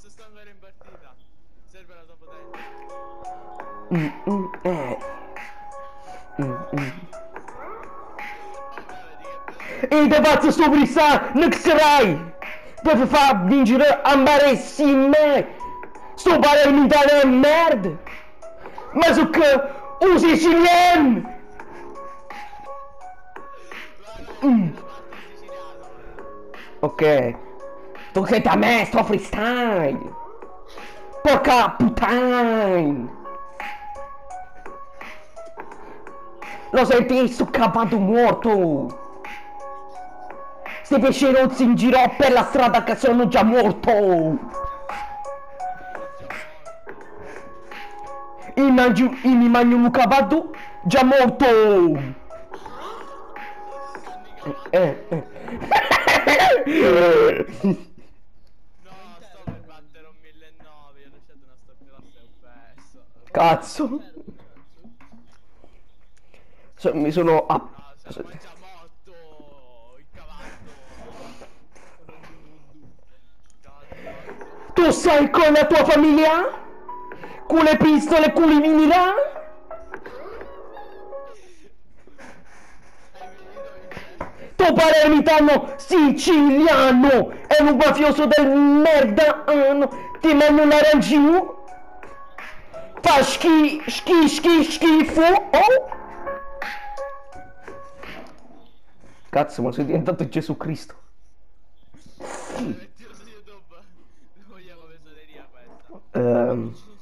Adesso sto ancora in partita. Serve la tua potenza. E de față sobrisa năxărai! Deve fa vincere ambaresime! Sto pare imitare merda! Mas o que? O siciliano! Vai, la parte in siciliano. Ok. Tu sei da me, sto freestyle! Porca putain! Lo senti, sto capato morto! Sti pescerozzi in giro per la strada che sono già morto! Sei già morto. Immagino un capato già morto! Anni cavati. Eh. No, sto per battere un 1009. Io lasciate una sto classe e ho perso. Cazzo! Mi sono... No, sono già morto. Il cavallo. Non du. Cazzo. Tu sei con la tua famiglia? Con le pistole, con i minira? Hai finito Vincenzo? Tu palermitano siciliano è un mafioso del merda, ti mando un arancino? Fa schifo, oh? Cazzo, ma sei diventato Gesù Cristo. Mettilo su YouTube. Vogliamo pesoneria questa. Ehm...